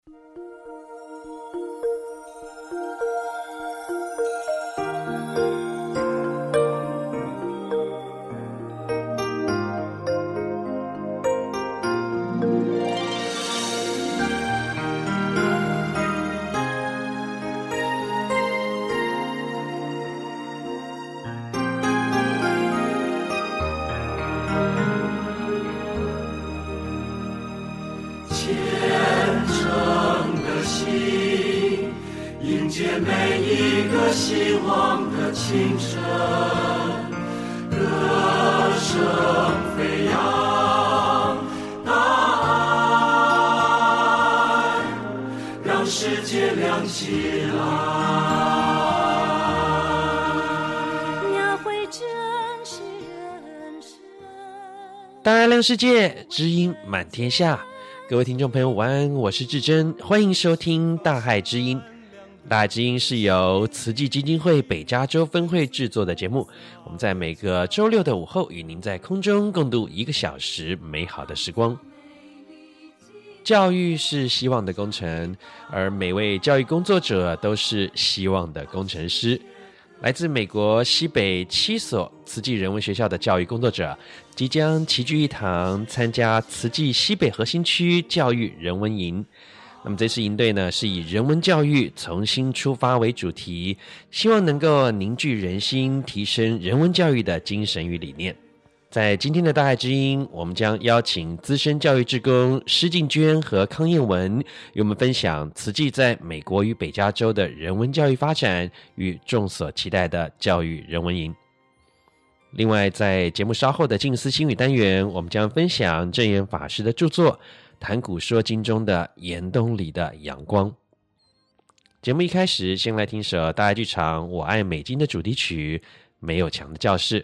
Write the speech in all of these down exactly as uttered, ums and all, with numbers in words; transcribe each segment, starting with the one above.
大爱亮世界，知音满天下。各位听众朋友晚安，我是志珍，欢迎收听大爱知音。大爱知音是由慈济基金会北加州分会制作的节目，我们在每个周六的午后与您在空中共度一个小时美好的时光。教育是希望的工程，而每位教育工作者都是希望的工程师。来自美国西北七所慈济人文学校的教育工作者即将齐聚一堂，参加慈济西北核心区教育人文营。那么这次营队呢，是以人文教育从新出发为主题，希望能够凝聚人心，提升人文教育的精神与理念。在今天的大爱知音，我们将邀请资深教育志工施静娟和康燕文与我们分享慈济在美国与北加州的人文教育发展与众所期待的教育人文营。另外，在节目稍后的静思心语单元，我们将分享证严法师的著作《谈古说经》中的严冬里的阳光。节目一开始，先来听首大爱剧场《我爱美金》的主题曲《没有墙的教室》。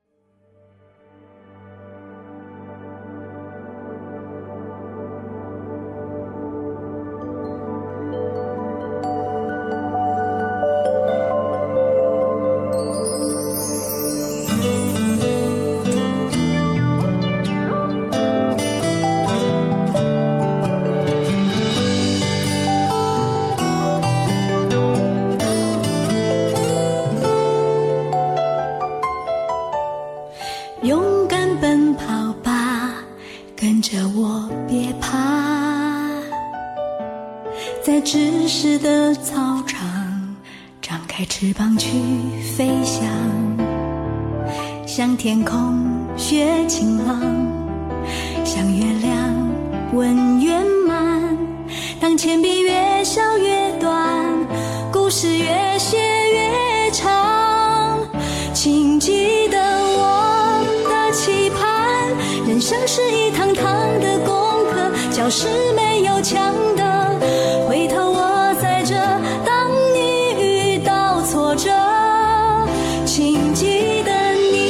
天空雪晴朗，像月亮温圆满。当铅笔越削越短，故事越写越长。请记得我的期盼，人生是一堂堂的功课，教室没有墙的。回头我在这，当你遇到挫折，请记得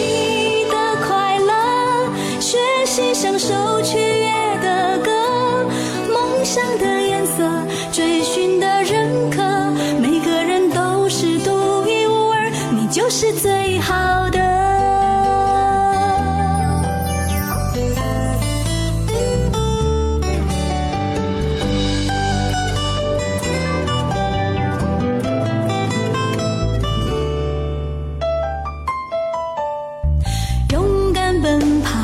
享受取悦的歌，梦想的颜色，追寻的认可，每个人都是独一无二，你就是最好的。勇敢奔跑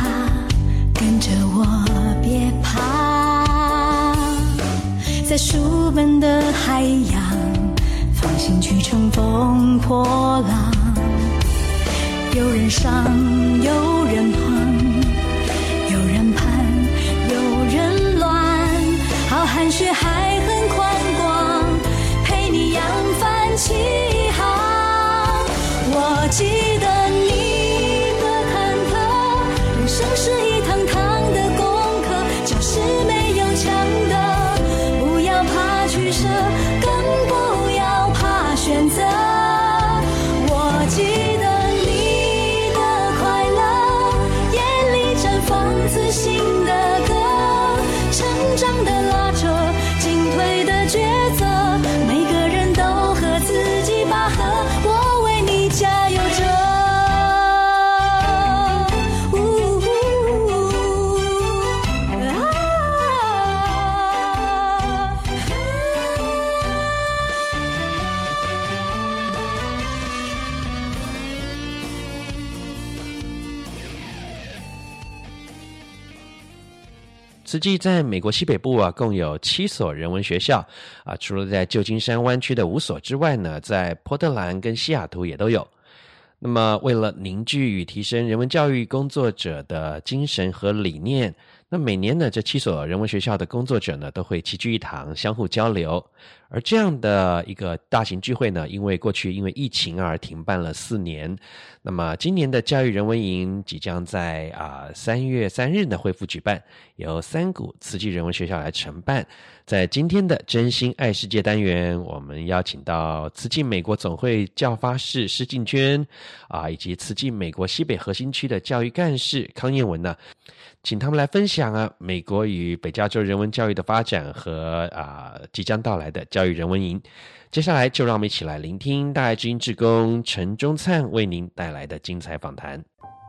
在书本的海洋，放心去乘风破浪。有人上，有人旁，有人盼，有人乱。浩瀚血海很宽广，陪你扬帆起航。我记得你的忐忑，人生是一堂堂的功课，教室没有墙的。取舍，更不要怕选择。我记得你的快乐，夜里绽放自信的歌，成长的拉扯，经慈济在美国西北部啊，共有七所人文学校啊，除了在旧金山湾区的五所之外呢，在波特兰跟西雅图也都有。那么为了凝聚与提升人文教育工作者的精神和理念，那每年呢，这七所人文学校的工作者呢，都会齐聚一堂，相互交流。而这样的一个大型聚会呢，因为过去因为疫情而停办了四年。那么今年的教育人文营即将在啊三月三日呢恢复举办，由三股慈济人文学校来承办。在今天的真心爱世界单元，我们邀请到慈济美国总会教发室施静娟啊，以及慈济美国西北核心区的教育干事康燕文呢，请他们来分享啊美国与北加州人文教育的发展和啊即将到来的教育人文营。接下来就让我们一起来聆听大爱之音志工陈忠灿为您带来的精彩访谈。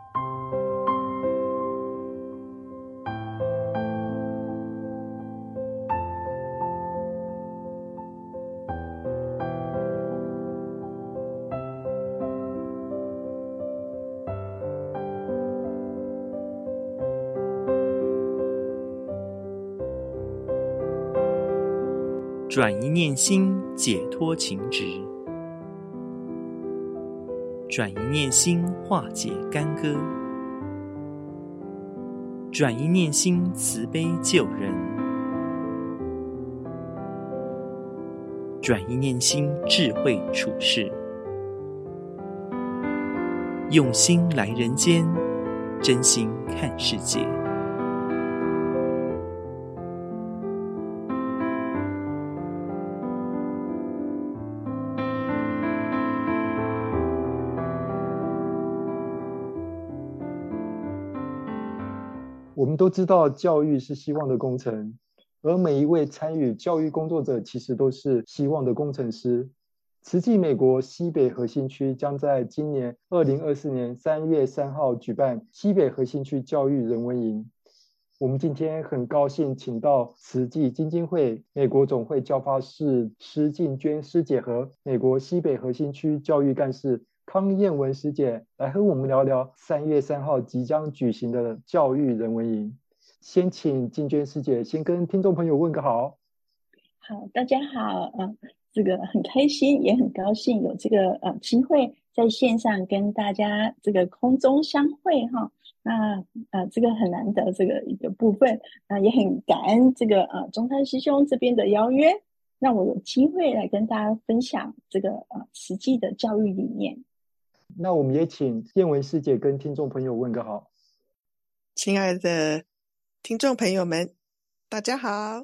转一念心，解脱情执；转一念心，化解干戈；转一念心，慈悲救人；转一念心，智慧处世。用心来人间，真心看世界。 我们都知道教育是希望的工程，而每一位参与教育工作者其实都是希望的工程师。慈济美国西北核心区将在今年二零二四年三月三号举办西北核心区教育人文营。我们今天很高兴请到慈济基金会美国总会教发室施静娟师姐和美国西北核心区教育干事康燕文师姐来和我们聊聊三月三号即将举行的教育人文营。先请静娟师姐先跟听众朋友问个好。 好，大家好，呃，这个很开心，也很高兴有这个呃机会在线上跟大家这个空中相会哈。那呃这个很难得这个一个部分，那、呃、也很感恩这个呃中山师兄这边的邀约，让我有机会来跟大家分享这个呃实际的教育理念。 那我们也请燕文师姐跟听众朋友问个好。 亲爱的听众朋友们，大家好。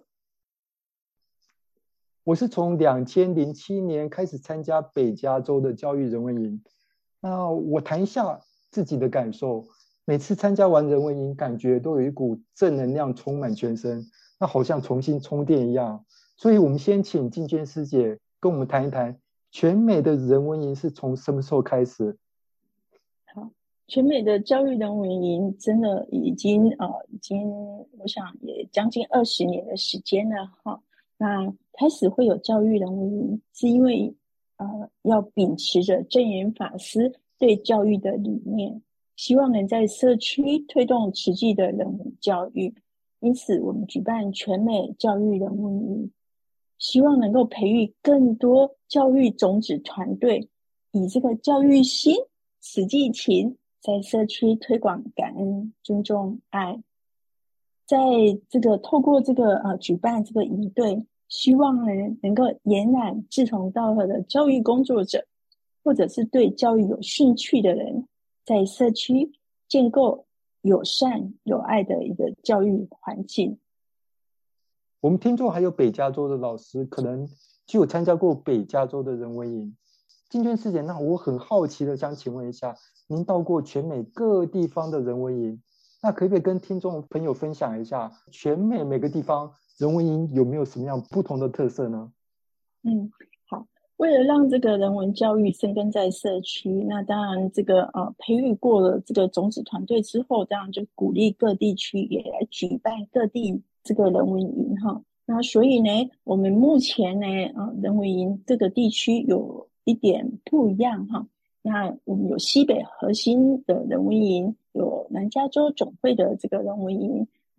我是从二零零七年开始参加北加州的教育人文营。那我谈一下自己的感受，每次参加完人文营，感觉都有一股正能量充满全身，那好像重新充电一样。所以我们先请静娟师姐跟我们谈一谈全美的人文营是从什么时候开始？ 好，全美的教育人文营真的已经呃，已经我想也将近二十年的时间了哈。那开始会有教育人文营，是因为呃要秉持着证严法师对教育的理念，希望能在社区推动慈济的人文教育，因此我们举办全美教育人文营。希望能够培育更多教育种子团队，以这个教育心、慈济情，在社区推广感恩、尊重、爱。在这个透过这个呃举办这个营队，希望呢能够延揽志同道合的教育工作者，或者是对教育有兴趣的人，在社区建构友善、有爱的一个教育环境。 我们听众还有北加州的老师，可能就有参加过北加州的人文营。静娟师姐，那我很好奇的想请问一下，您到过全美各地方的人文营，那可不可以跟听众朋友分享一下，全美每个地方人文营有没有什么样不同的特色呢？ 嗯，好，为了让这个人文教育生根在社区，那当然这个呃培育过了这个种子团队之后，当然就鼓励各地区也来举办各地这个人文营哈。那所以呢，我们目前呢，呃，人文营这个地区有一点不一样哈。那我们有西北核心的人文营，有南加州总会的这个人文营，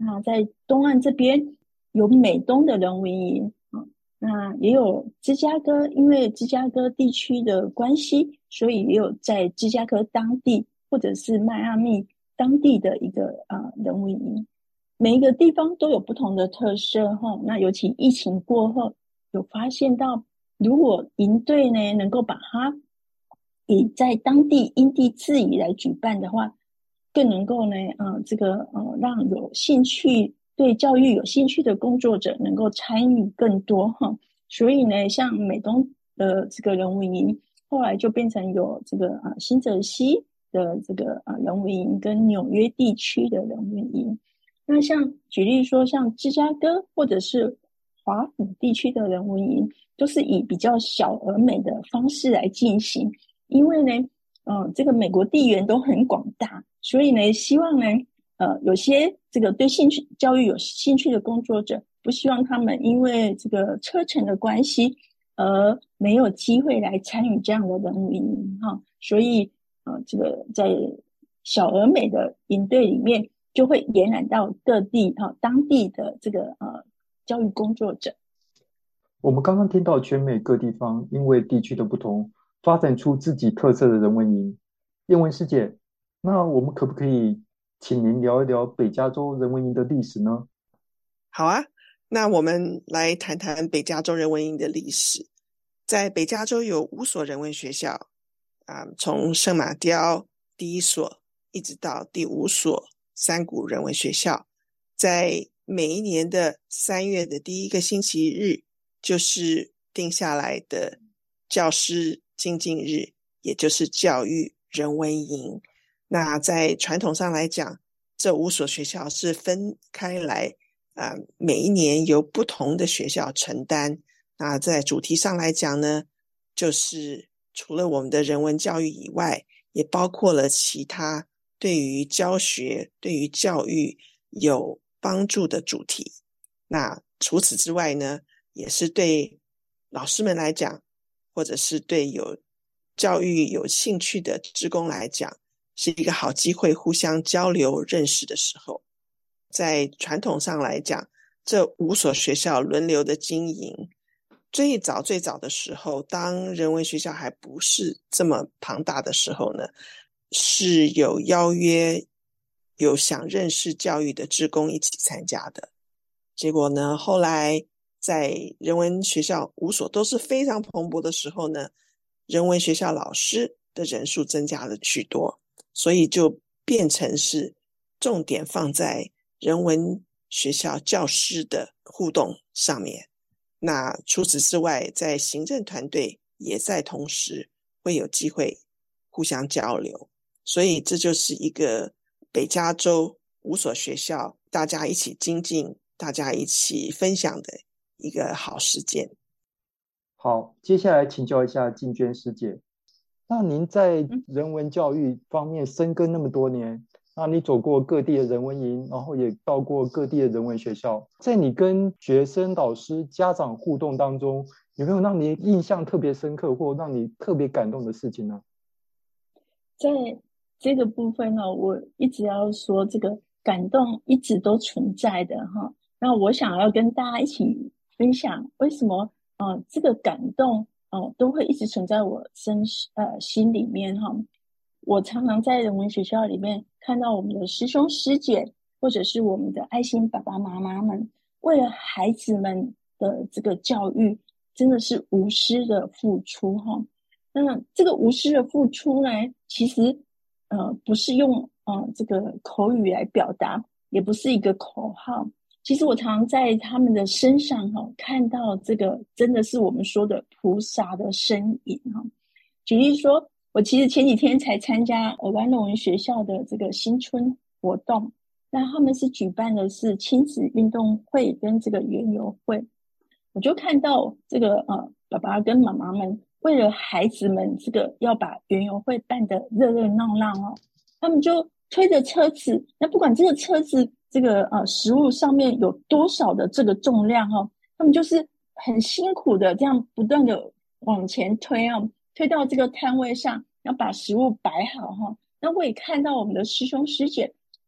那在东岸这边有美东的人文营啊，那也有芝加哥，因为芝加哥地区的关系，所以也有在芝加哥当地或者是迈阿密当地的一个啊、呃、人文营。每一个地方都有不同的特色哈。那尤其疫情过后，有发现到，如果营队呢能够把它以在当地因地制宜来举办的话，更能够呢，呃，这个呃，让有兴趣对教育有兴趣的工作者能够参与更多哈。所以呢，像美东的这个人文营，后来就变成有这个啊、呃、新泽西的这个啊、呃、人文营跟纽约地区的人文营。那像举例说，像芝加哥或者是华府地区的人文营，都是以比较小而美的方式来进行。因为呢，呃，这个美国地缘都很广大，所以呢，希望呢，呃，有些这个对兴趣教育有兴趣的工作者，不希望他们因为这个车程的关系，而没有机会来参与这样的人文营哈。所以，呃，这个在小而美的营队里面，就会延揽到各地哈当地的这个呃教育工作者。 我们刚刚听到全美各地方因为地区的不同，发展出自己特色的人文营。燕文师姐，那我们可不可以请您聊一聊北加州人文营的历史呢？ 好啊，那我们来谈谈北加州人文营的历史。在北加州有五所人文学校，啊、从圣马雕第一所一直到第五所山谷人文学校，在每一年的三月的第一个星期日，就是定下来的教师精进日，也就是教育人文营。那在传统上来讲，这五所学校是分开来，呃，每一年由不同的学校承担。那在主题上来讲呢，就是除了我们的人文教育以外，也包括了其他对于教学、对于教育有帮助的主题。那除此之外呢，也是对老师们来讲，或者是对有教育有兴趣的志工来讲，是一个好机会互相交流认识的时候。在传统上来讲，这五所学校轮流的经营，最早最早的时候，当人文学校还不是这么庞大的时候呢，是有邀约有想认识教育的志工一起参加的。结果呢，后来在人文学校五所都是非常蓬勃的时候呢，人文学校老师的人数增加了许多，所以就变成是重点放在人文学校教师的互动上面。那除此之外，在行政团队也在同时会有机会互相交流，所以这就是一个北加州五所学校大家一起精进、大家一起分享的一个好时间。 好，接下来请教一下静娟师姐，那您在人文教育方面深耕那么多年，那你走过各地的人文营，然后也到过各地的人文学校，在你跟学生、老师、家长互动当中，有没有让你印象特别深刻或让你特别感动的事情呢？ 在这个部分呢、哦，我一直要说，这个感动一直都存在的哈。那我想要跟大家一起分享，为什么呃这个感动哦、呃、都会一直存在我身呃心里面哈。我常常在人文学校里面看到我们的师兄师姐，或者是我们的爱心爸爸妈妈们，为了孩子们的这个教育，真的是无私的付出哈。那这个无私的付出呢，其实呃不是用呃这个口语来表达，也不是一个口号。其实我常常在他们的身上哈、哦、看到这个真的是我们说的菩萨的身影哈、哦。举例说，我其实前几天才参加尔湾人文学校的这个新春活动，那他们是举办的是亲子运动会跟这个园游会，我就看到这个呃爸爸跟妈妈们为了孩子们这个要把园游会办得热热闹闹哦，他们就推着车子，那不管这个车子这个呃食物上面有多少的这个重量哦，他们就是很辛苦的这样不断的往前推哦，推到这个摊位上，要把食物摆好哈。那我也看到我们的师兄师姐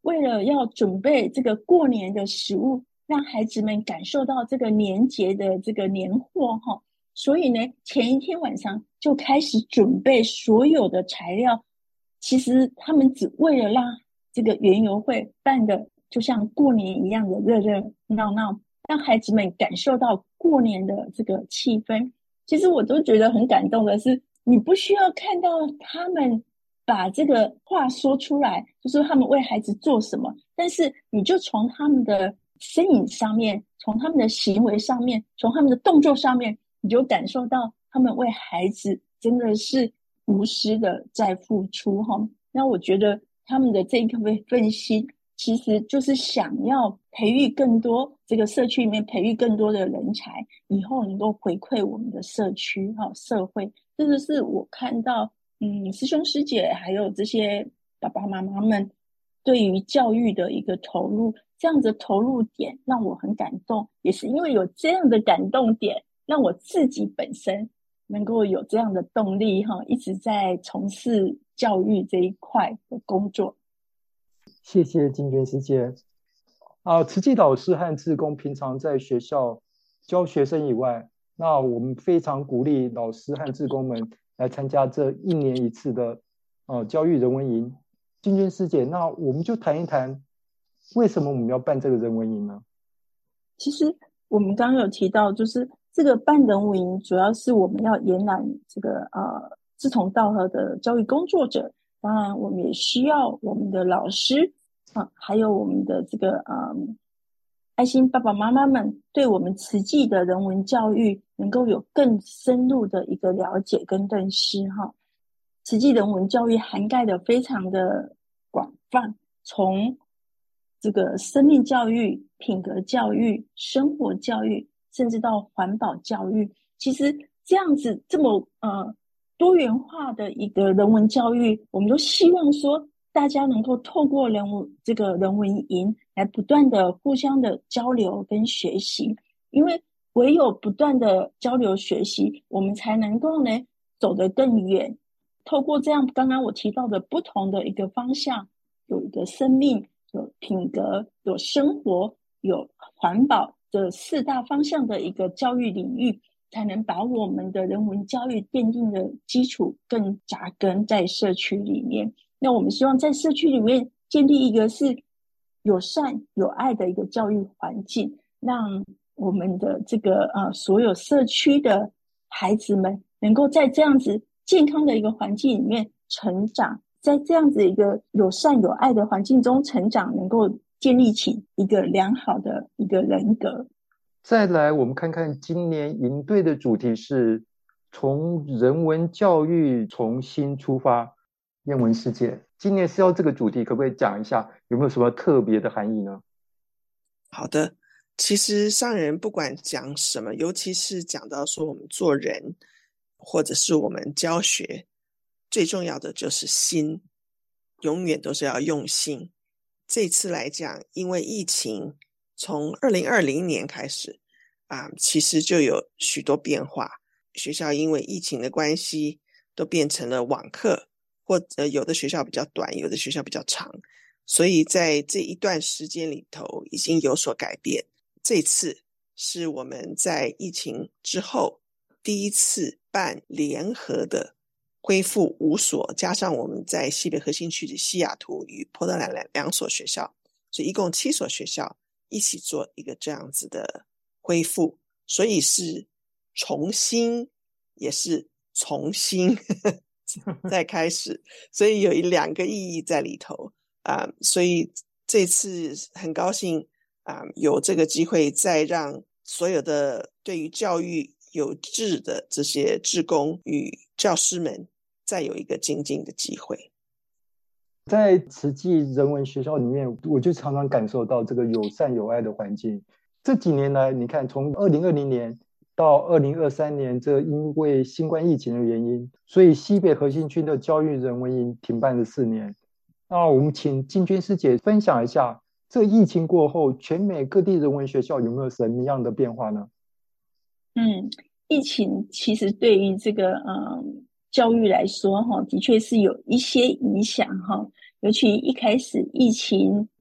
为了要准备这个过年的食物，让孩子们感受到这个年节的这个年货哈，所以呢，前一天晚上就开始准备所有的材料。其实他们只为了让这个园游会办的就像过年一样的热热闹闹，让孩子们感受到过年的这个气氛。其实我都觉得很感动的是，你不需要看到他们把这个话说出来，就是他们为孩子做什么，但是你就从他们的身影上面，从他们的行为上面，从他们的动作上面，你就感受到他们为孩子真的是无私的在付出哈。那我觉得他们的这一份心，其实就是想要培育更多这个社区里面培育更多的人才，以后能够回馈我们的社区哈社会。这就是我看到嗯师兄师姐还有这些爸爸妈妈们对于教育的一个投入，这样的投入点让我很感动，也是因为有这样的感动点，让我自己本身能够有这样的动力哈，一直在从事教育这一块的工作。 谢谢金娟师姐。啊，慈济老师和志工平常在学校教学生以外，那我们非常鼓励老师和志工们来参加这一年一次的呃教育人文营。金娟师姐，那我们就谈一谈为什么我们要办这个人文营呢？ 其实我们刚刚有提到，就是这个办人文营主要是我们要延揽这个呃志同道合的教育工作者，当然我们也需要我们的老师啊，还有我们的这个嗯爱心爸爸妈妈们对我们慈济的人文教育能够有更深入的一个了解跟认识哈。慈济人文教育涵盖的非常的广泛，从这个生命教育、品格教育、生活教育，甚至到环保教育。其实这样子这么呃多元化的一个人文教育，我们都希望说大家能够透过人文这个人文营来不断的互相的交流跟学习，因为唯有不断的交流学习，我们才能够呢走得更远。透过这样刚刚我提到的不同的一个方向，有一个生命、有品格、有生活、有环保这四大方向的一个教育领域，才能把我们的人文教育奠定的基础更扎根在社区里面。那我们希望在社区里面建立一个是友善有爱的一个教育环境，让我们的这个呃所有社区的孩子们能够在这样子健康的一个环境里面成长，在这样子一个友善有爱的环境中成长，能够建立起一个良好的一个人格。 再来我们看看今年营队的主题是从人文教育重新出发。燕文师姐，今年是要这个主题，可不可以讲一下有没有什么特别的含义呢？ 好的，其实上人不管讲什么，尤其是讲到说我们做人或者是我们教学，最重要的就是心，永远都是要用心。这次来讲，因为疫情从二零二零年开始啊，其实就有许多变化，学校因为疫情的关系都变成了网课，或者有的学校比较短，有的学校比较长，所以在这一段时间里头已经有所改变。这次是我们在疫情之后第一次办联合的恢复五所，加上我们在西北核心区的西雅图与波特兰两所学校，所以一共七所学校一起做一个这样子的恢复，所以是重新也是重新再开始，所以有一两个意义在里头啊、呃，所以这次很高兴啊、呃，有这个机会再让所有的对于教育有志的这些志工与教师们再有一个精进的机会。 在慈济人文学校里面，我就常常感受到这个友善有爱的环境。这几年来，你看从二零二零年到二零二三年，这因为新冠疫情的原因，所以西北核心区的教育人文营停办了四年。那我们请金娟师姐分享一下，这疫情过后，全美各地人文学校有没有什么样的变化呢？ 嗯，疫情其实对于这个嗯教育来说哈，的确是有一些影响哈。尤其一开始疫情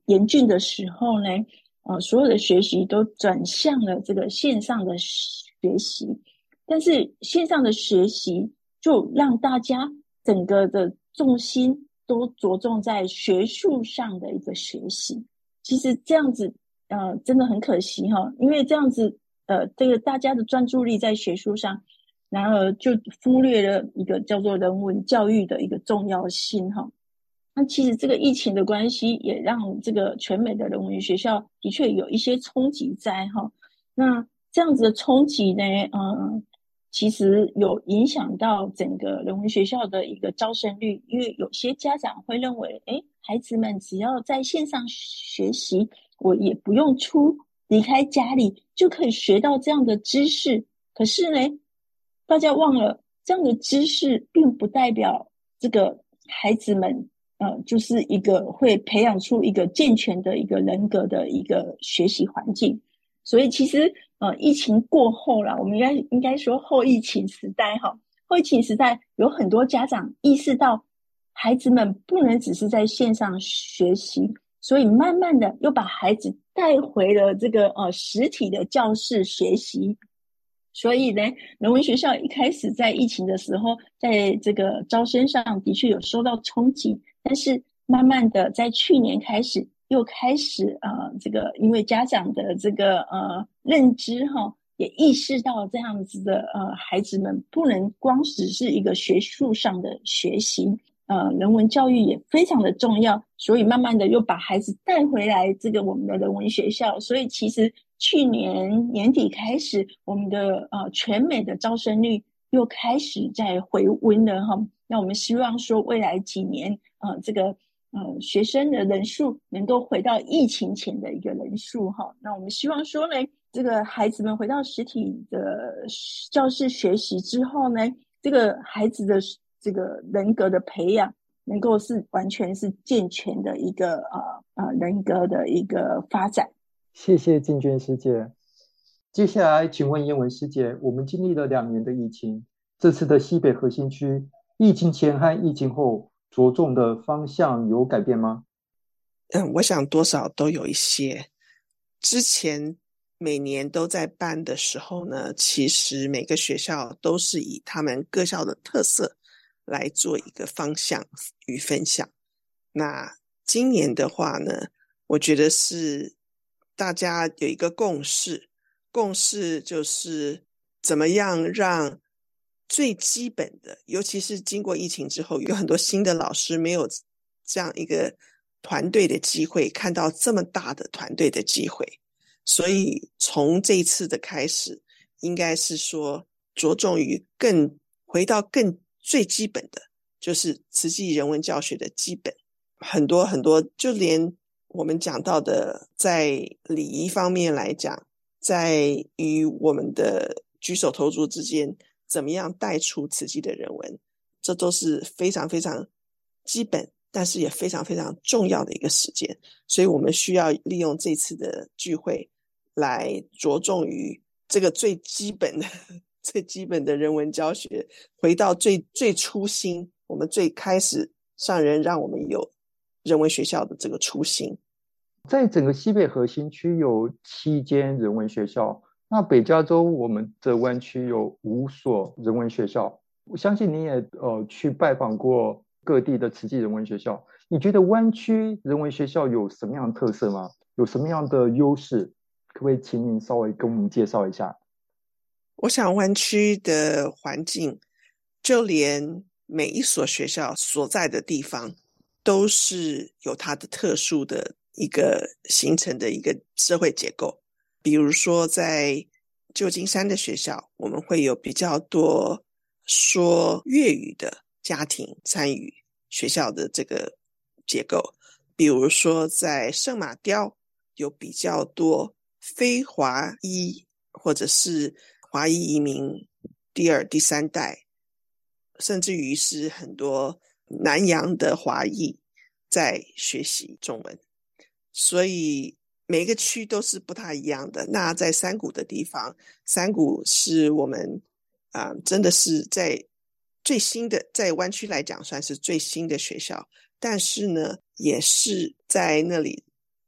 严峻的时候呢，呃，所有的学习都转向了这个线上的学习，但是线上的学习就让大家整个的重心都着重在学术上的一个学习。其实这样子呃真的很可惜哈，因为这样子呃这个大家的专注力在学术上，然而就忽略了一个叫做人文教育的一个重要性哈。那其实这个疫情的关系也让这个全美的人文学校的确有一些冲击在哈。那这样子的冲击呢，嗯，其实有影响到整个人文学校的一个招生率，因为有些家长会认为，诶，孩子们只要在线上学习，我也不用出离开家里就可以学到这样的知识。可是呢，大家忘了，这样的知识并不代表这个孩子们呃，就是一个会培养出一个健全的一个人格的一个学习环境。所以其实呃，疫情过后啦，我们应该应该说后疫情时代哈，后疫情时代有很多家长意识到孩子们不能只是在线上学习，所以慢慢的又把孩子带回了这个呃实体的教室学习。所以呢，人文学校一开始在疫情的时候，在这个招生上的确有受到冲击，但是慢慢的在去年开始又开始呃，这个因为家长的这个呃认知哈，也意识到这样子的呃孩子们不能光只是一个学术上的学习，呃人文教育也非常的重要，所以慢慢的又把孩子带回来这个我们的人文学校。所以其实去年年底开始，我们的呃全美的招生率又开始在回温了哈。那我们希望说未来几年呃这个呃学生的人数能够回到疫情前的一个人数哈。那我们希望说呢，这个孩子们回到实体的教室学习之后呢，这个孩子的这个人格的培养能够是完全是健全的一个呃呃人格的一个发展。 谢谢静娟师姐。接下来请问燕文师姐，我们经历了两年的疫情，这次的西北核心区疫情前和疫情后着重的方向有改变吗？ 嗯，我想多少都有一些。之前每年都在办的时候呢，其实每个学校都是以他们各校的特色来做一个方向与分享。那今年的话呢，我觉得是大家有一个共识，共识就是怎么样让最基本的，尤其是经过疫情之后，有很多新的老师没有这样一个团队的机会，看到这么大的团队的机会，所以从这一次的开始，应该是说着重于更回到更最基本的，就是慈济人文教学的基本。很多很多，就连我们讲到的在礼仪方面来讲，在与我们的举手投足之间怎么样带出慈济的人文，这都是非常非常基本但是也非常非常重要的一个时间。所以我们需要利用这次的聚会来着重于这个最基本的最基本的人文教学，回到最最初心，我们最开始上人让我们有人文学校的这个初心。 在整个西北核心区有七间人文学校，那北加州我们的湾区有五所人文学校。我相信你也呃去拜访过各地的慈济人文学校，你觉得湾区人文学校有什么样的特色吗？有什么样的优势？可不可以请您稍微跟我们介绍一下？ 我想湾区的环境，就连每一所学校所在的地方都是有它的特殊的一个形成的一个社会结构。比如说在旧金山的学校，我们会有比较多说粤语的家庭参与学校的这个结构。比如说在圣马刁有比较多非华裔或者是华裔移民第二第三代，甚至于是很多南洋的华裔在学习中文。所以每个区都是不太一样的。那在山谷的地方，山谷是我们啊、呃，真的是在最新的，在湾区来讲算是最新的学校，但是呢也是在那里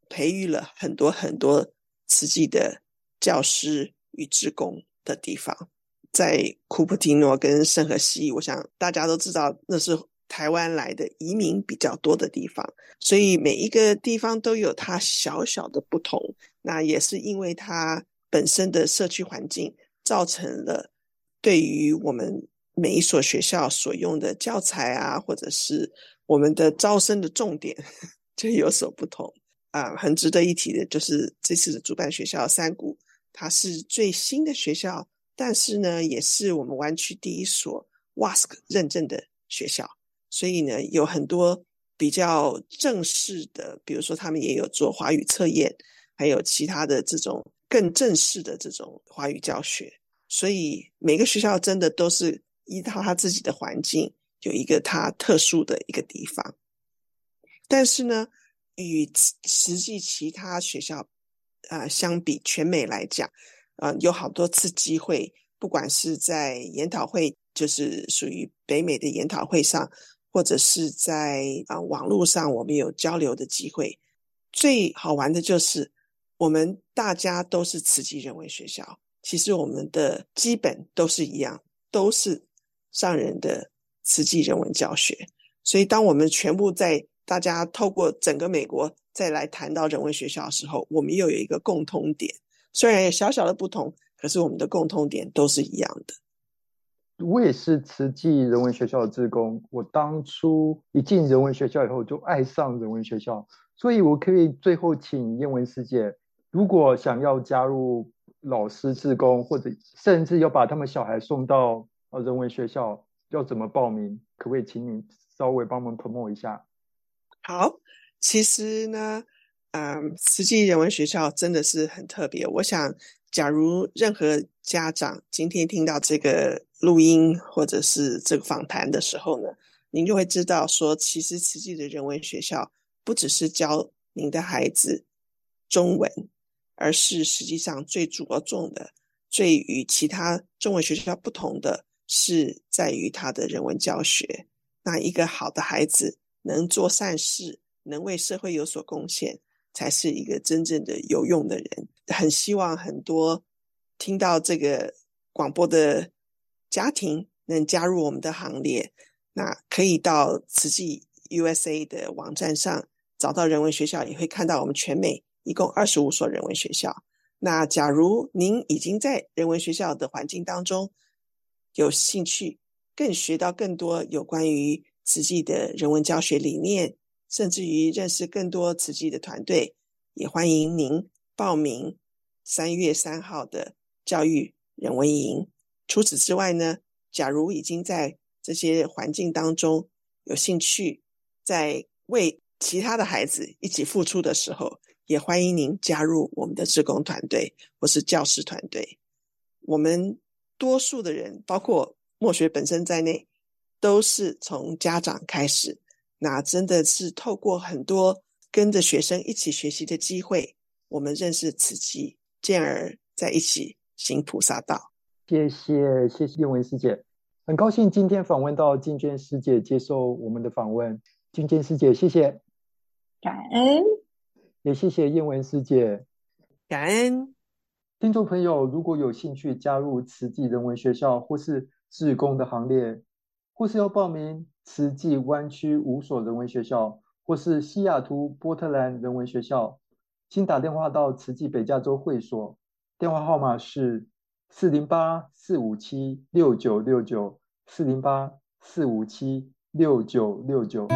培育了很多很多慈济的教师与志工的地方。在库普提诺跟圣荷西，我想大家都知道那是台湾来的移民比较多的地方，所以每一个地方都有它小小的不同，那也是因为它本身的社区环境造成了对于我们每一所学校所用的教材啊，或者是我们的招生的重点就有所不同啊。很值得一提的就是这次的主办学校三谷，它是最新的学校，但是呢也是我们湾区第一所 W A S C 认证的学校，所以呢有很多比较正式的，比如说他们也有做华语测验，还有其他的这种更正式的这种华语教学，所以每个学校真的都是依照他自己的环境有一个他特殊的一个地方。但是呢与实际其他学校、呃、相比，全美来讲、呃、有好多次机会，不管是在研讨会，就是属于北美的研讨会上，或者是在、呃、网络上我们有交流的机会。最好玩的就是我们大家都是慈济人文学校，其实我们的基本都是一样，都是上人的慈济人文教学。所以当我们全部在大家透过整个美国再来谈到人文学校的时候，我们又有一个共通点，虽然有小小的不同，可是我们的共通点都是一样的。 我也是慈济人文学校的志工，我当初一进人文学校以后就爱上人文学校，所以我可以最后请燕文师姐，如果想要加入老师志工，或者甚至要把他们小孩送到人文学校，要怎么报名？可不可以请你稍微帮忙 promote 一下？ 好，其实呢嗯，慈济人文学校真的是很特别。我想假如任何家长今天听到这个录音或者是这个访谈的时候呢，您就会知道说，其实慈济的人文学校不只是教您的孩子中文，而是实际上最着重的，最与其他中文学校不同的是在于他的人文教学。那一个好的孩子能做善事，能为社会有所贡献，才是一个真正的有用的人。很希望很多听到这个广播的家庭能加入我们的行列，那可以到慈济 U S A 的网站上找到人文学校，也会看到我们全美一共二十五所人文学校。那假如您已经在人文学校的环境当中有兴趣，更学到更多有关于慈济的人文教学理念，甚至于认识更多慈济的团队，也欢迎您报名三月三号的教育人文营。除此之外呢，假如已经在这些环境当中有兴趣，在为其他的孩子一起付出的时候，也欢迎您加入我们的志工团队或是教师团队。我们多数的人，包括默学本身在内，都是从家长开始，那真的是透过很多跟着学生一起学习的机会，我们认识慈济，进而在一起行菩萨道。 谢谢谢谢燕文师姐，很高兴今天访问到金娟师姐接受我们的访问。金娟师姐谢谢， 感恩， 也谢谢燕文师姐， 感恩。 听众朋友，如果有兴趣加入慈济人文学校或是志工的行列，或是要报名慈济湾区五所人文学校或是西雅图波特兰人文学校，请打电话到慈济北加州会所，电话号码是四零八四五七六九六九 四零八四五七六九六九。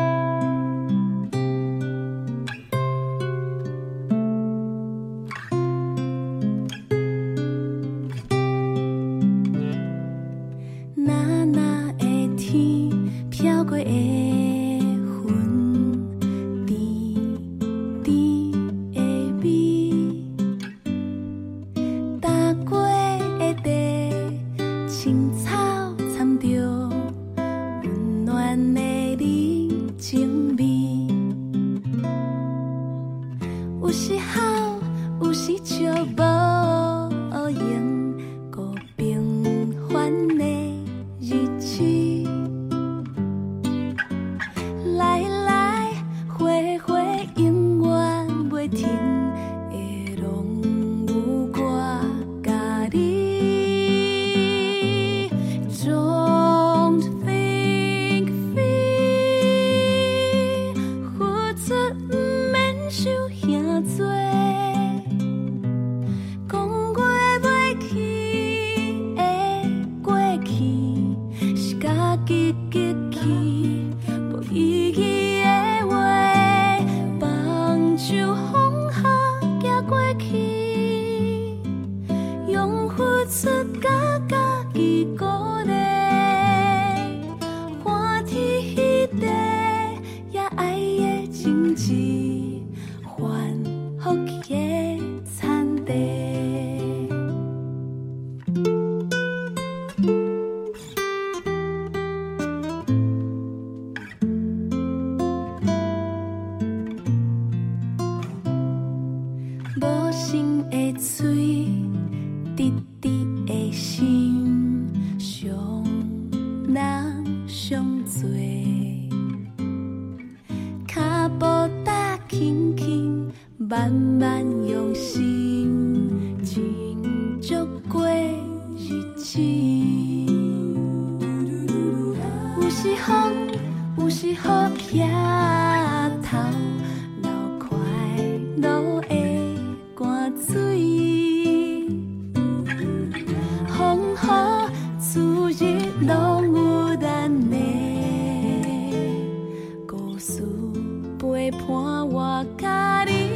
来来回回永远袂停。 有时风，有时雨夜头，流快乐的汗水，风雨自日拢有咱的故事陪伴我甲你。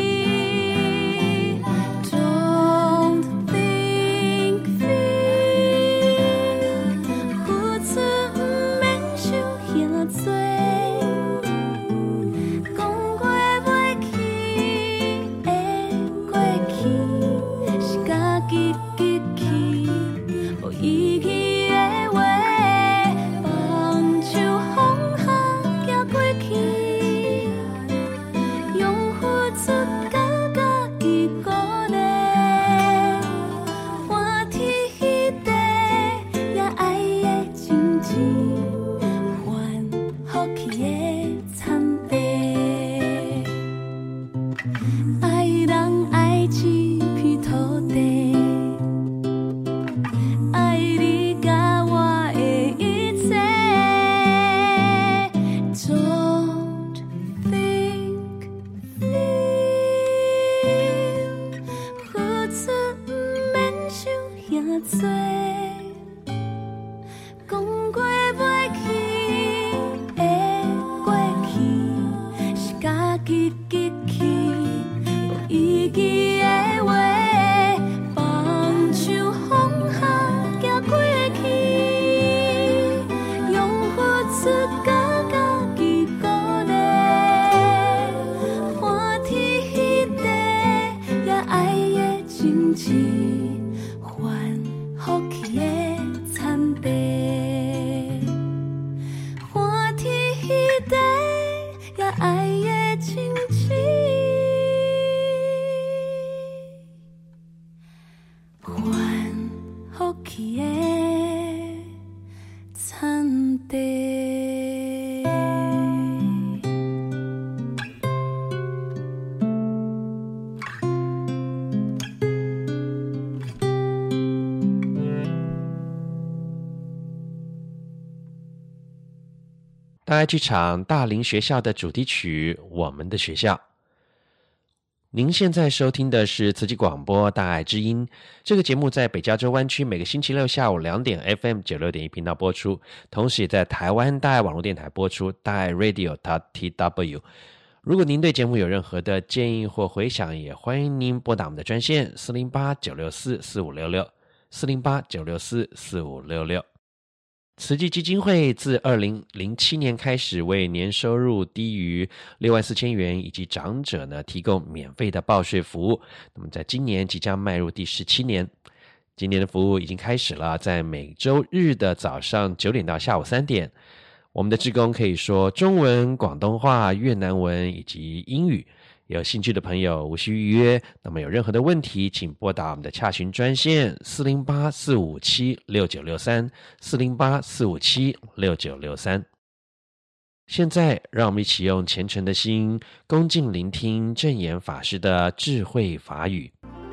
大爱剧场大林学校的主题曲《我们的学校》。您现在收听的是慈济广播大爱之音，这个节目在北加州湾区每个星期六下午两点 F M 九十六点一 频道播出，同时也在台湾大爱网络电台播出大爱 Radio T W。 如果您对节目有任何的建议或回响，也欢迎您拨打我们的专线四零八九六四四五六六 四零八九六四四五六六。慈济基金会自二零零七年开始为年收入低于六万四千元以及长者呢提供免费的报税服务。那么在今年即将迈入第十七年，今年的服务已经开始了，在每周日的早上九点到下午三点，我们的志工可以说中文、广东话、越南文以及英语。有兴趣的朋友无需预约，那么有任何的问题请拨打我们的洽询专线四零八四五七六九六三 四零八四五七六九六三。现在让我们一起用虔诚的心恭敬聆听证严法师的智慧法语。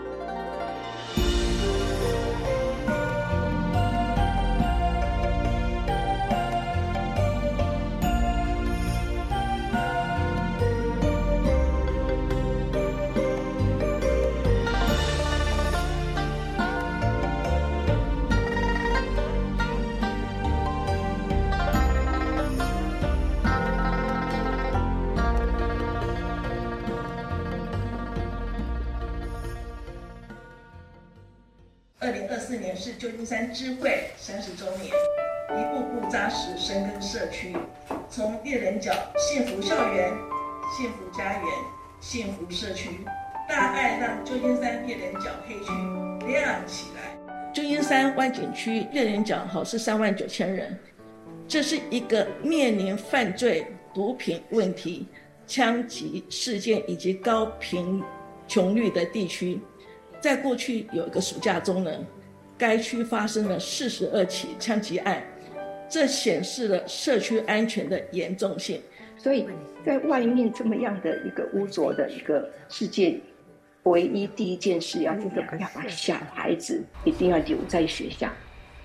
二零二四年是旧金山知会三十周年，一步步扎实深耕社区，从猎人角幸福校园、幸福家园、幸福社区，大爱让旧金山猎人角黑区亮起来。旧金山湾景区猎人角好是三万九千人，这是一个面临犯罪、毒品问题、枪击事件以及高贫穷率的地区。在过去有一个暑假中呢，该区发生了四十二起枪击案，这显示了社区安全的严重性。 所以在外面这么样的一个污浊的一个世界，唯一第一件事要做的，要把小孩子一定要留在学校，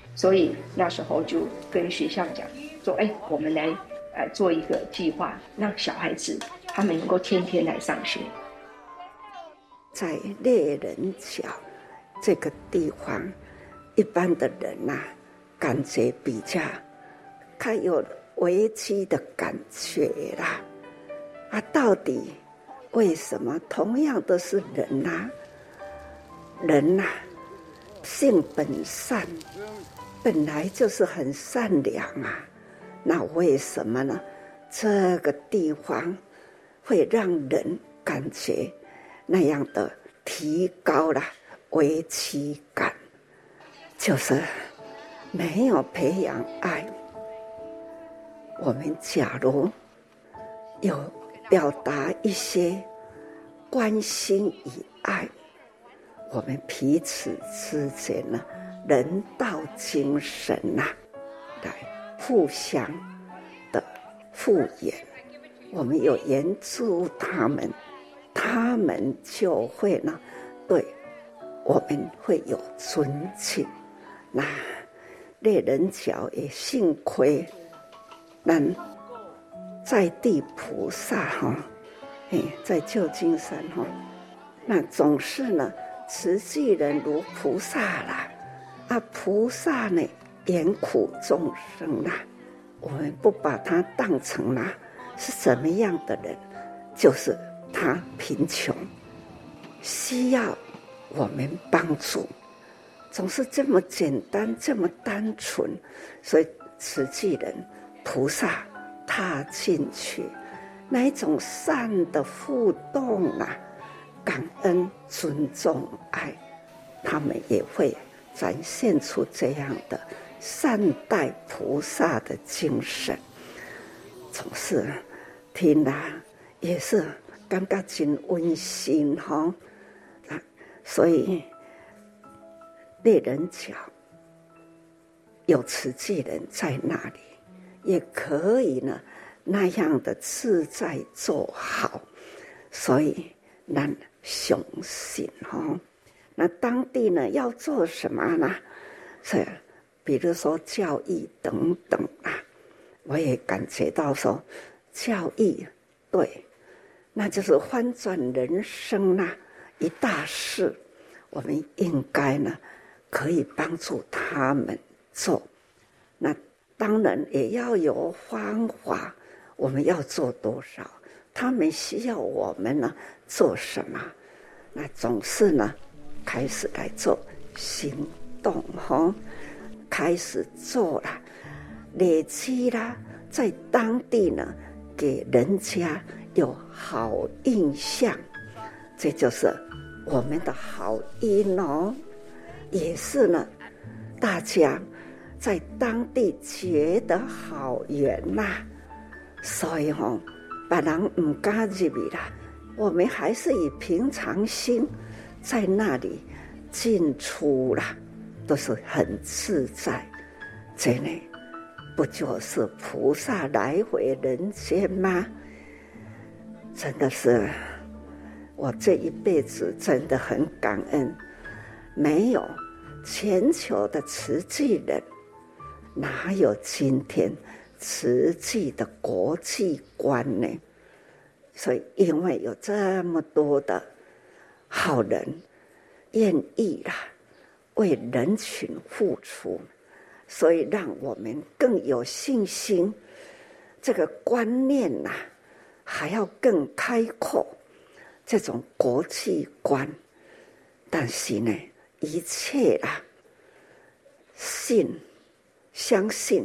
所以那时候就跟学校讲说，哎，我们来呃做一个计划，让小孩子他们能够天天来上学。 在猎人角这个地方，一般的人啊，感觉比较较有危机的感觉啦。啊，到底为什么同样都是人啊？人啊，性本善，本来就是很善良啊。那为什么呢？这个地方会让人感觉那样的提高了危机感，就是没有培养爱。我们假如有表达一些关心与爱，我们彼此之间呢，人道精神呐、啊，来互相的敷衍，我们有援助他们，他们就会呢，对我们会有尊敬。那猎人角也幸亏，那在地菩萨哈，哎，在旧金山哈，那总是呢，慈济人如菩萨啦，啊，菩萨呢怜苦众生啦，我们不把他当成啦是怎么样的人，就是他贫穷，需要我们帮助，总是这么简单，这么单纯，所以慈济人菩萨踏进去，那一种善的互动啊，感恩、尊重、爱，他们也会展现出这样的善待菩萨的精神。总是听了、啊、也是感觉真温馨哈、啊，所以猎人角有慈济人在那里，也可以呢那样的自在做好，所以咱相信哈。那当地呢要做什么呢？是比如说教育等等啊，我也感觉到说教育对，那就是翻转人生啊一大事，我们应该呢可以帮助他们做。那当然也要有方法，我们要做多少，他们需要我们呢做什么，那总是呢开始来做行动哈，开始做了，累积啦，在当地呢给人家有好印象，这就是我们的好因哦，也是呢大家在当地觉得好缘呐、啊，所以吼、哦，别人唔敢入去啦，我们还是以平常心在那里进出啦，都是很自在。这呢，不就是菩萨来回人间吗？真的是，我这一辈子真的很感恩，没有全球的慈济人，哪有今天慈济的国际观呢？所以因为有这么多的好人愿意啦为人群付出，所以让我们更有信心，这个观念啊还要更开阔，这种国际观。但是呢，一切啦信相信，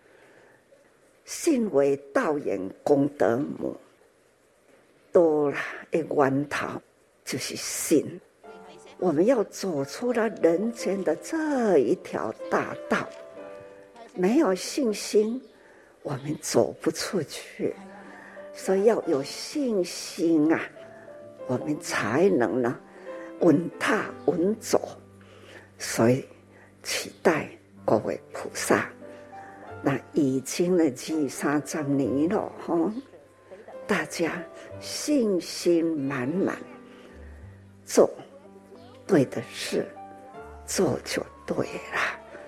信为道源功德母，多啦的源头就是信。我们要走出了人间的这一条大道，没有信心我们走不出去，所以要有信心啊，我们才能呢稳踏稳走。所以期待各位菩萨，那已经了二三十年了哈，大家信心满满，做对的事，做就对了。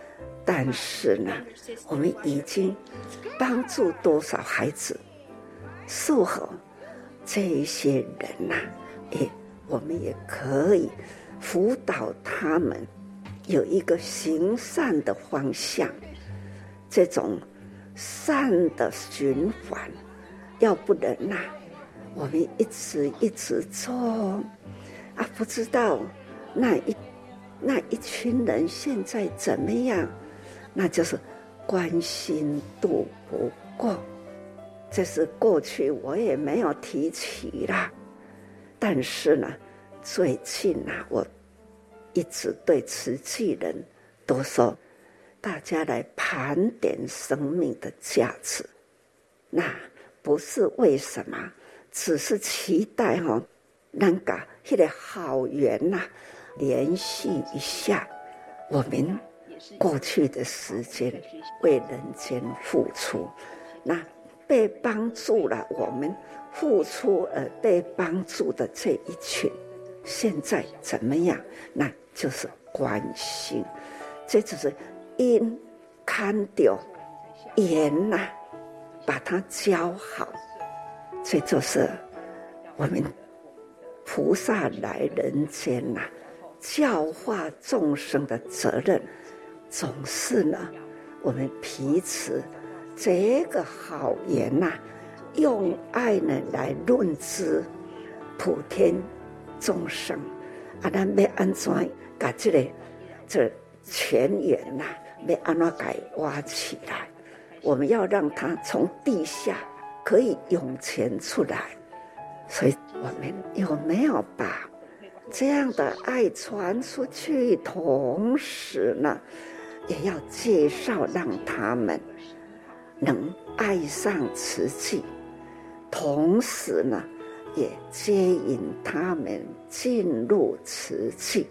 但是呢，我们已经帮助多少孩子？术后这一些人呐、啊，也我们也可以辅导他们有一个行善的方向，这种善的循环。要不然呐、啊，我们一直一直做啊，不知道那一那一群人现在怎么样，那就是关心度不够。这是过去我也没有提起啦，但是呢，最近啊，我一直对慈济人都说，大家来盘点生命的价值。那不是为什么，只是期待哈、哦，能够那个好缘呐、啊，联系一下我们过去的时间为人间付出，那被帮助了，我们付出而被帮助的这一群，现在怎么样？那就是关心，这就是因看到缘呐、啊，把它教好，这就是我们菩萨来人间呐、啊，教化众生的责任。总是呢，我们彼此这个好缘呐、啊，用爱呢来论之，普天众生啊，咱要安怎把这个这泉源呐、啊，要安怎给挖起来？我们要让它从地下可以涌泉出来，所以我们有没有把这样的爱传出去？同时呢，也要介绍让他们能爱上慈济，同时呢，也接引他们进入慈济。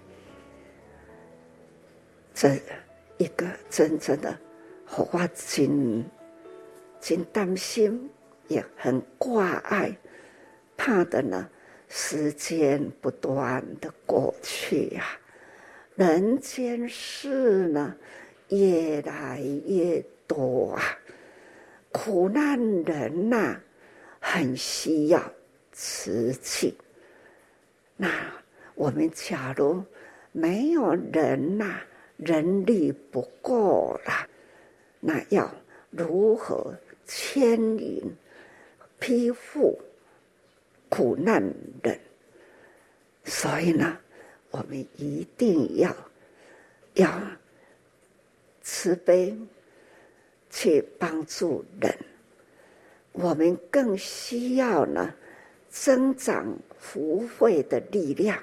这一个真正的，我真真担心，也很挂碍，怕的呢，时间不断的过去啊，人间事呢越来越多啊，苦难人呐、啊，很需要慈济。那我们假如没有人呐、啊，人力不够了，那要如何牵引庇护苦难人？所以呢，我们一定要要慈悲去帮助人。我们更需要呢，增长福慧的力量。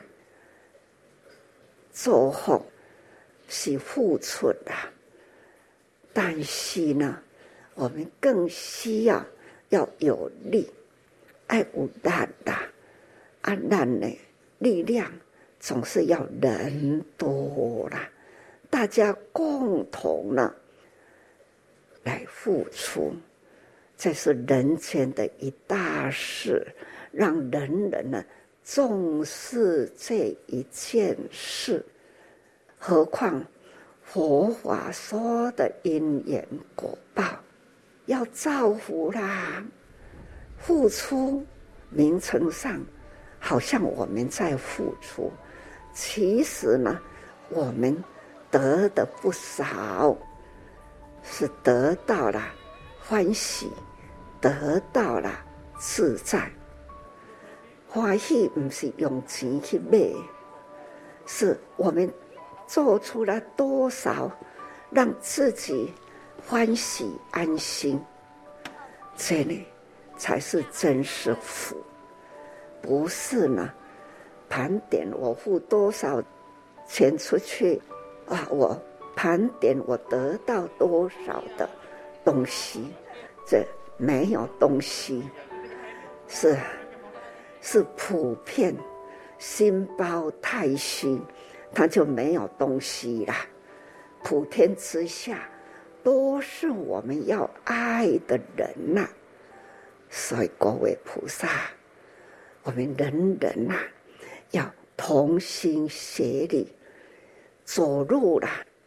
做后是付出的，但是呢，我们更需要要有力，爱有力啦，啊，咱的力量总是要人多啦，大家共同呢来付出，这是人间的一大事，让人人呢重视这一件事。何况佛法说的因缘果报，要造福啦。付出名称上好像我们在付出，其实呢，我们得的不少，是得到了欢喜，得到了自在。欢喜不是用钱去买，是我们做出了多少让自己欢喜安心，这里才是真是福。不是呢盘点我付多少钱出去啊，我盘点我得到多少的东西，这没有东西，是是普遍心包太虚，他就没有东西啦。普天之下都是我们要爱的人呐、啊，所以各位菩萨，我们人人呐、啊、要同心协力，走入了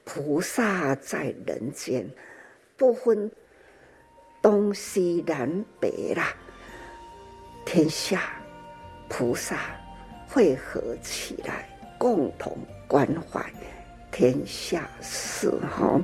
菩萨在人间，不分东西南北啦，天下菩萨汇合起来，共同关怀天下事哈。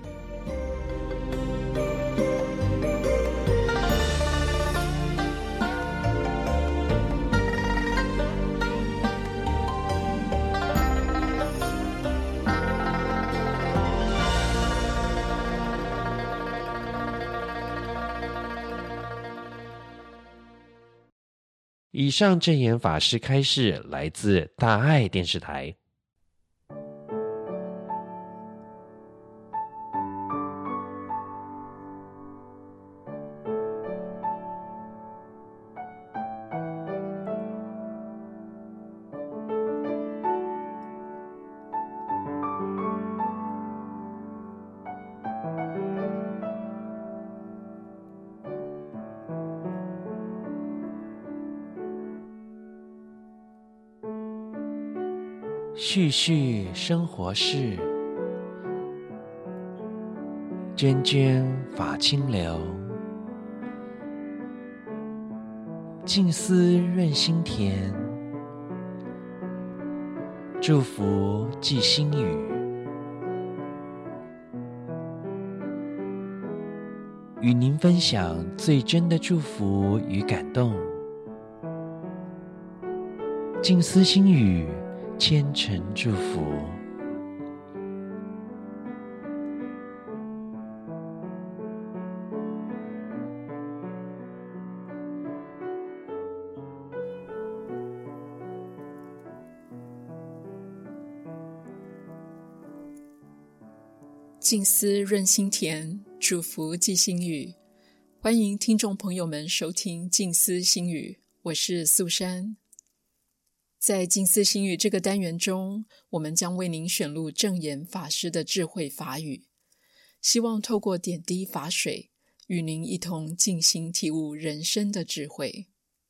以上证严法师开示来自大爱电视台。续续生活事，涓涓法清流，静思润心田，祝福寄心语。与您分享最真的祝福与感动，静思心语，虔诚祝福。 静思润心田，祝福寄心语。欢迎听众朋友们收听静思心语，我是素珊。在静思心语这个单元中，我们将为您选录证严法师的智慧法语，希望透过点滴法水，与您一同静心体悟人生的智慧。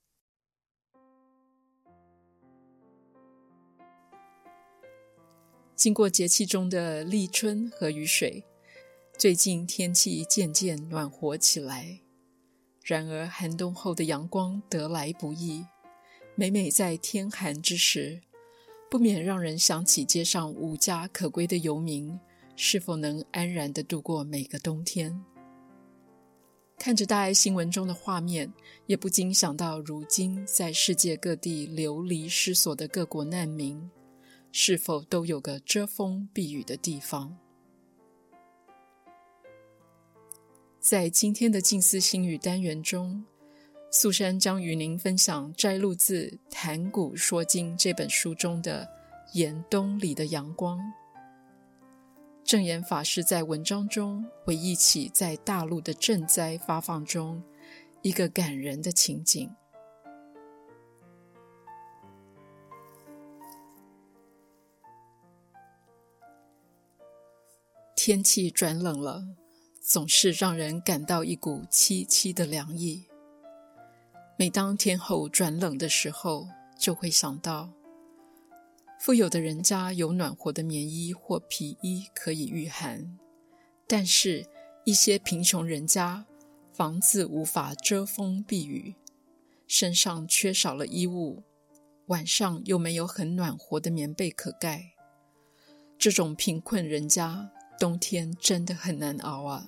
经过节气中的立春和雨水，最近天气渐渐暖和起来。然而寒冬后的阳光得来不易，每每在天寒之时，不免让人想起街上无家可归的游民，是否能安然地度过每个冬天。看着大爱新闻中的画面，也不禁想到如今在世界各地流离失所的各国难民，是否都有个遮风避雨的地方。在今天的静思心语单元中，素珊将与您分享摘录自《谈古说今》这本书中的严冬里的阳光。证严法师在文章中回忆起在大陆的赈灾发放中一个感人的情景。天气转冷了，总是让人感到一股凄凄的凉意。每当天候转冷的时候，就会想到富有的人家有暖和的棉衣或皮衣可以御寒，但是一些贫穷人家房子无法遮风避雨，身上缺少了衣物，晚上又没有很暖和的棉被可盖。这种贫困人家冬天真的很难熬啊！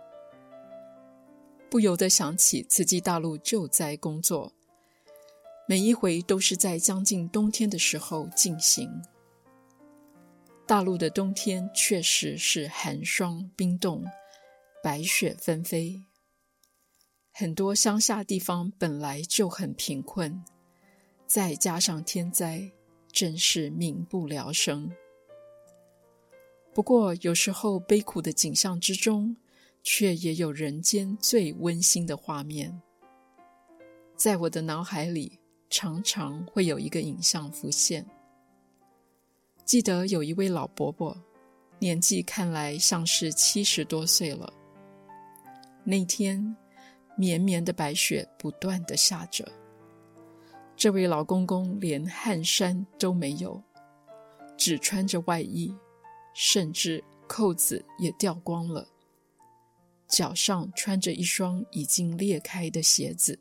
不由得想起慈济大陆救灾工作，每一回都是在将近冬天的时候进行。大陆的冬天确实是寒霜冰冻，白雪纷飞。很多乡下地方本来就很贫困，再加上天灾，真是民不聊生。不过有时候悲苦的景象之中，却也有人间最温馨的画面。在我的脑海里，常常会有一个影像浮现。记得有一位老伯伯，年纪看来像是七十多岁了。那天，绵绵的白雪不断地下着。这位老公公连汗衫都没有，只穿着外衣，甚至扣子也掉光了，脚上穿着一双已经裂开的鞋子。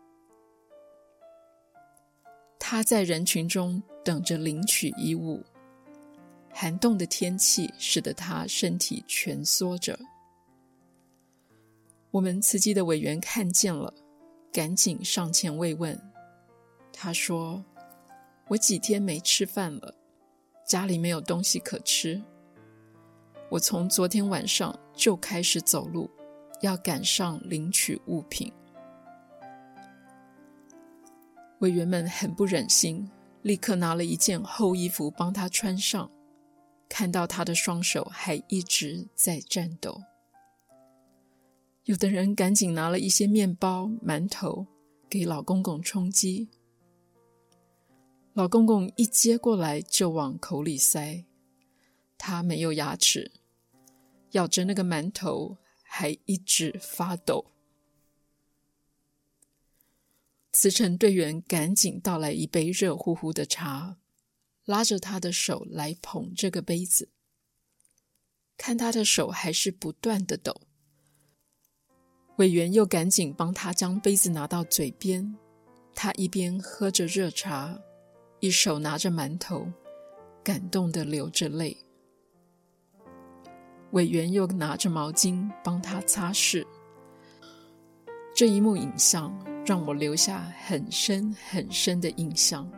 他在人群中等着领取衣物，寒冻的天气使得他身体蜷缩着。我们慈济的委员看见了，赶紧上前慰问。他说，我几天没吃饭了，家里没有东西可吃，我从昨天晚上就开始走路，要赶上领取物品。委员们很不忍心，立刻拿了一件厚衣服帮他穿上，看到他的双手还一直在颤抖。有的人赶紧拿了一些面包、馒头给老公公充饥。老公公一接过来就往口里塞，他没有牙齿，咬着那个馒头还一直发抖。慈诚队员赶紧倒来一杯热乎乎的茶，拉着他的手来捧这个杯子，看他的手还是不断的抖。委员又赶紧帮他将杯子拿到嘴边，他一边喝着热茶，一手拿着馒头，感动地流着泪。委员又拿着毛巾帮他擦拭。这一幕影像让我留下很深很深的印象。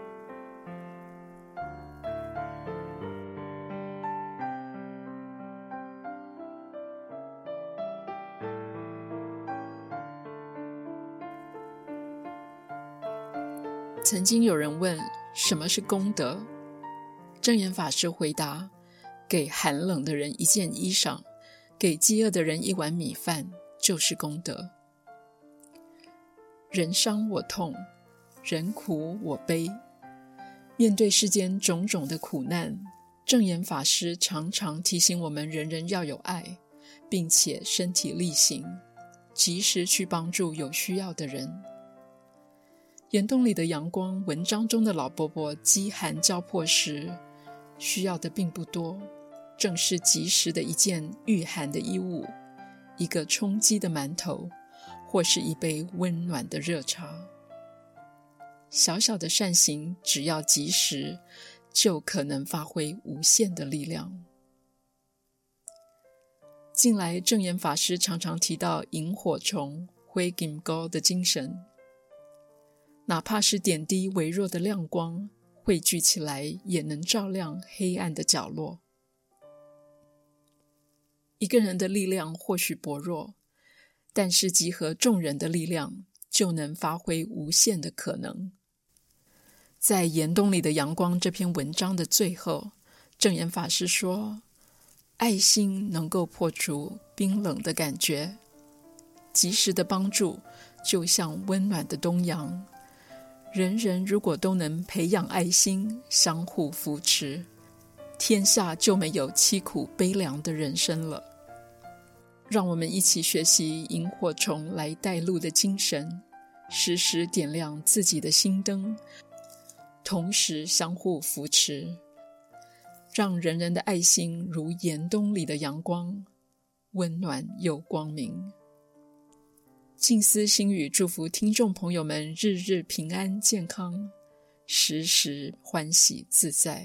曾经有人问什么是功德，证严法师回答，给寒冷的人一件衣裳，给饥饿的人一碗米饭，就是功德。人伤我痛，人苦我悲。面对世间种种的苦难，证严法师常常提醒我们人人要有爱，并且身体力行，及时去帮助有需要的人。岩洞里的阳光文章中的老伯伯饥寒交迫时，需要的并不多，正是及时的一件御寒的衣物，一个充饥的馒头，或是一杯温暖的热茶。小小的善行，只要及时，就可能发挥无限的力量。近来证严法师常常提到萤火虫灰金高的精神，哪怕是点滴微弱的亮光，汇聚起来也能照亮黑暗的角落。一个人的力量或许薄弱，但是集合众人的力量，就能发挥无限的可能。在《岩洞里的阳光》这篇文章的最后，证严法师说，爱心能够破除冰冷的感觉，及时的帮助就像温暖的东阳。人人如果都能培养爱心，相互扶持，天下就没有凄苦悲凉的人生了。让我们一起学习萤火虫来带路的精神，时时点亮自己的心灯，同时相互扶持，让人人的爱心如岩洞里的阳光，温暖又光明。静思心语祝福听众朋友们日日平安健康，时时欢喜自在。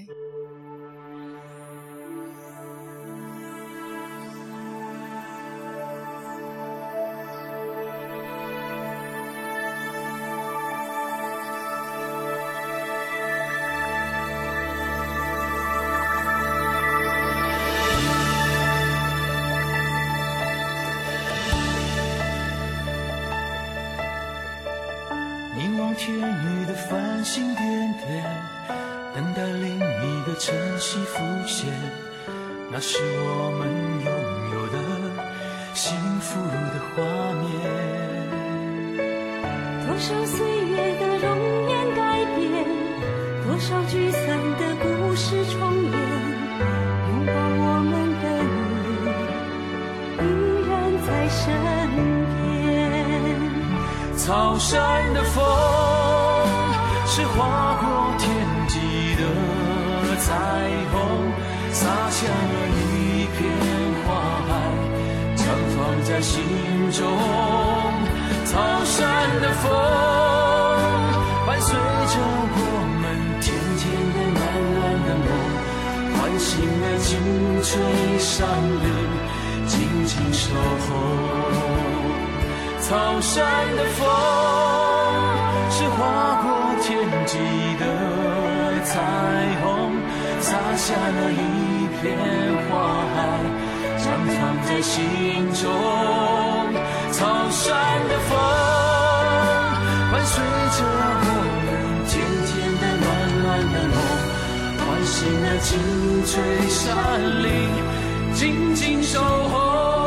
凝望天宇的繁星点点，等待另一个晨曦浮现，那是我们拥有的幸福的画面。 多少岁月的容颜改变，多少聚散的故事重演，拥抱我们的你依然在身边。 草山的风是划过天际的彩虹，洒下了一在心中。草山的风伴随着我们甜甜的暖暖的梦，唤醒了青翠山林，紧紧守候。草山的风是划过天际的彩虹，洒下了一片花海，长藏在心中。草山的风伴随着我们甜甜的暖暖的梦，唤醒了青翠山林，紧紧守候。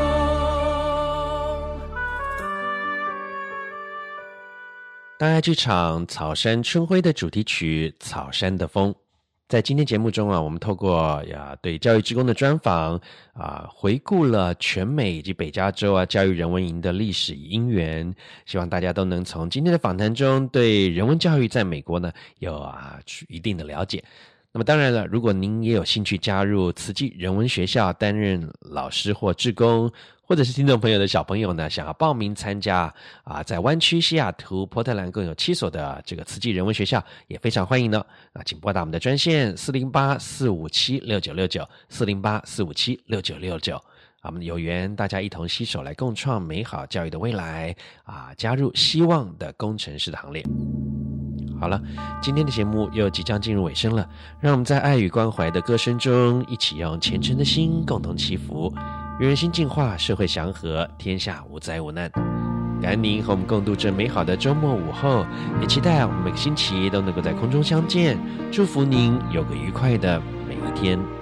大爱剧场草山春晖的主题曲《草山的风》。在今天节目中啊，我们透过呀对教育志工的专访啊，回顾了全美以及北加州啊教育人文营的历史与因缘，希望大家都能从今天的访谈中对人文教育在美国呢有啊一定的了解。那么当然了，如果您也有兴趣加入慈济人文学校担任老师或志工，或者是听众朋友的小朋友呢，想要报名参加啊，在湾区、西雅图、波特兰共有七所的这个慈济人文学校，也非常欢迎呢。啊，请拨打我们的专线四零八四五七六九六九四零八四五七六九六九。啊，我们有缘大家一同携手来共创美好教育的未来啊，加入希望的工程师的行列。好了，今天的节目又即将进入尾声了，让我们在爱与关怀的歌声中，一起用虔诚的心共同祈福，愿人心净化，社会祥和，天下无灾无难。感恩您和我们共度这美好的周末午后，也期待我们每个星期都能够在空中相见，祝福您有个愉快的每一天。